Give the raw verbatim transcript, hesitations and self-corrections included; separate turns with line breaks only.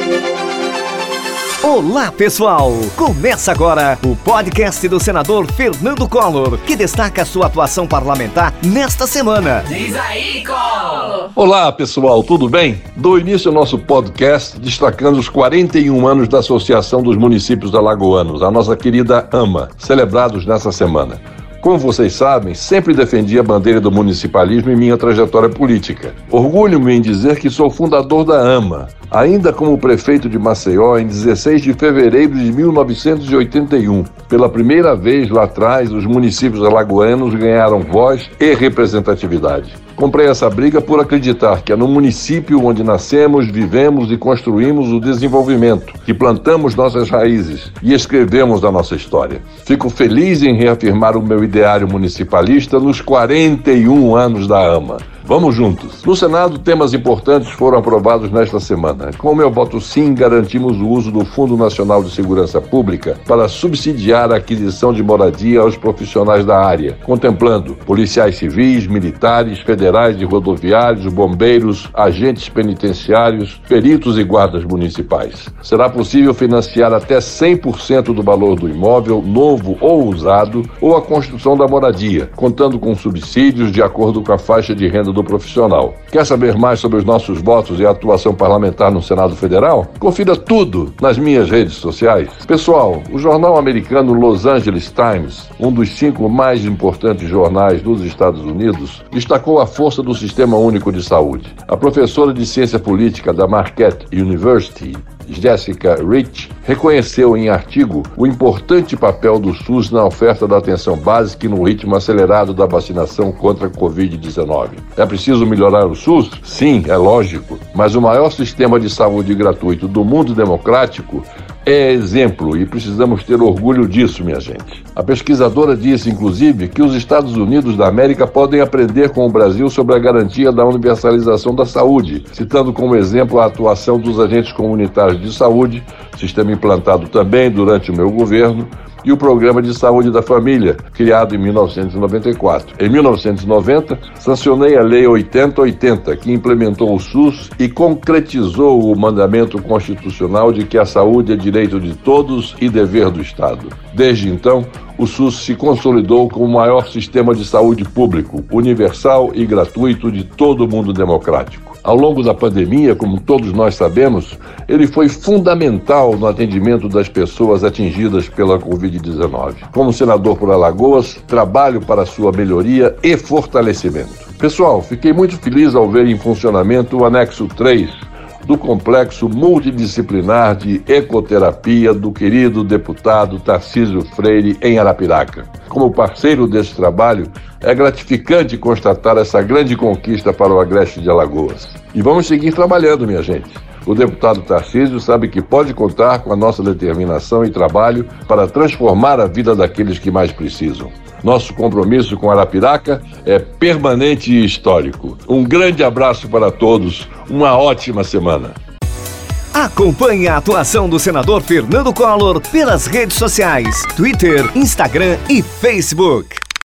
Olá, pessoal! Começa agora o podcast do senador Fernando Collor, que destaca a sua atuação parlamentar nesta semana.
Diz aí, Collor!
Olá, pessoal, tudo bem? Dou início ao nosso podcast destacando os quarenta e um anos da Associação dos Municípios Alagoanos, a nossa querida AMA, celebrados nessa semana. Como vocês sabem, sempre defendi a bandeira do municipalismo em minha trajetória política. Orgulho-me em dizer que sou fundador da AMA, ainda como prefeito de Maceió em dezesseis de fevereiro de mil novecentos e oitenta e um. Pela primeira vez lá atrás, os municípios alagoanos ganharam voz e representatividade. Comprei essa briga por acreditar que é no município onde nascemos, vivemos e construímos o desenvolvimento, que plantamos nossas raízes e escrevemos a nossa história. Fico feliz em reafirmar o meu ideário municipalista nos quarenta e um anos da AMA. Vamos juntos. No Senado, temas importantes foram aprovados nesta semana. Com o meu voto sim, garantimos o uso do Fundo Nacional de Segurança Pública para subsidiar a aquisição de moradia aos profissionais da área, contemplando policiais civis, militares, federais e rodoviários, bombeiros, agentes penitenciários, peritos e guardas municipais. Será possível financiar até cem por cento do valor do imóvel, novo ou usado, ou a construção da moradia, contando com subsídios de acordo com a faixa de renda do do profissional. Quer saber mais sobre os nossos votos e a atuação parlamentar no Senado Federal? Confira tudo nas minhas redes sociais. Pessoal, o jornal americano Los Angeles Times, um dos cinco mais importantes jornais dos Estados Unidos, destacou a força do Sistema Único de Saúde. A professora de Ciência Política da Marquette University, Jessica Rich, reconheceu em artigo o importante papel do SUS na oferta da atenção básica e no ritmo acelerado da vacinação contra a covid dezenove. É preciso melhorar o SUS? Sim, é lógico, mas o maior sistema de saúde gratuito do mundo democrático é exemplo e precisamos ter orgulho disso, minha gente. A pesquisadora disse, inclusive, que os Estados Unidos da América podem aprender com o Brasil sobre a garantia da universalização da saúde, citando como exemplo a atuação dos agentes comunitários de saúde, sistema implantado também durante o meu governo, e o Programa de Saúde da Família, criado em mil novecentos e noventa e quatro. Em mil novecentos e noventa, sancionei a Lei oitenta oitenta, que implementou o SUS e concretizou o mandamento constitucional de que a saúde é direito de todos e dever do Estado. Desde então, o SUS se consolidou como o maior sistema de saúde público, universal e gratuito de todo o mundo democrático. Ao longo da pandemia, como todos nós sabemos, ele foi fundamental no atendimento das pessoas atingidas pela covid dezenove. Como senador por Alagoas, trabalho para sua melhoria e fortalecimento. Pessoal, fiquei muito feliz ao ver em funcionamento o anexo três do complexo multidisciplinar de ecoterapia do querido deputado Tarcísio Freire em Arapiraca. Como parceiro desse trabalho, é gratificante constatar essa grande conquista para o Agreste de Alagoas. E vamos seguir trabalhando, minha gente. O deputado Tarcísio sabe que pode contar com a nossa determinação e trabalho para transformar a vida daqueles que mais precisam. Nosso compromisso com Arapiraca é permanente e histórico. Um grande abraço para todos, uma ótima semana.
Acompanhe a atuação do senador Fernando Collor pelas redes sociais, Twitter, Instagram e Facebook.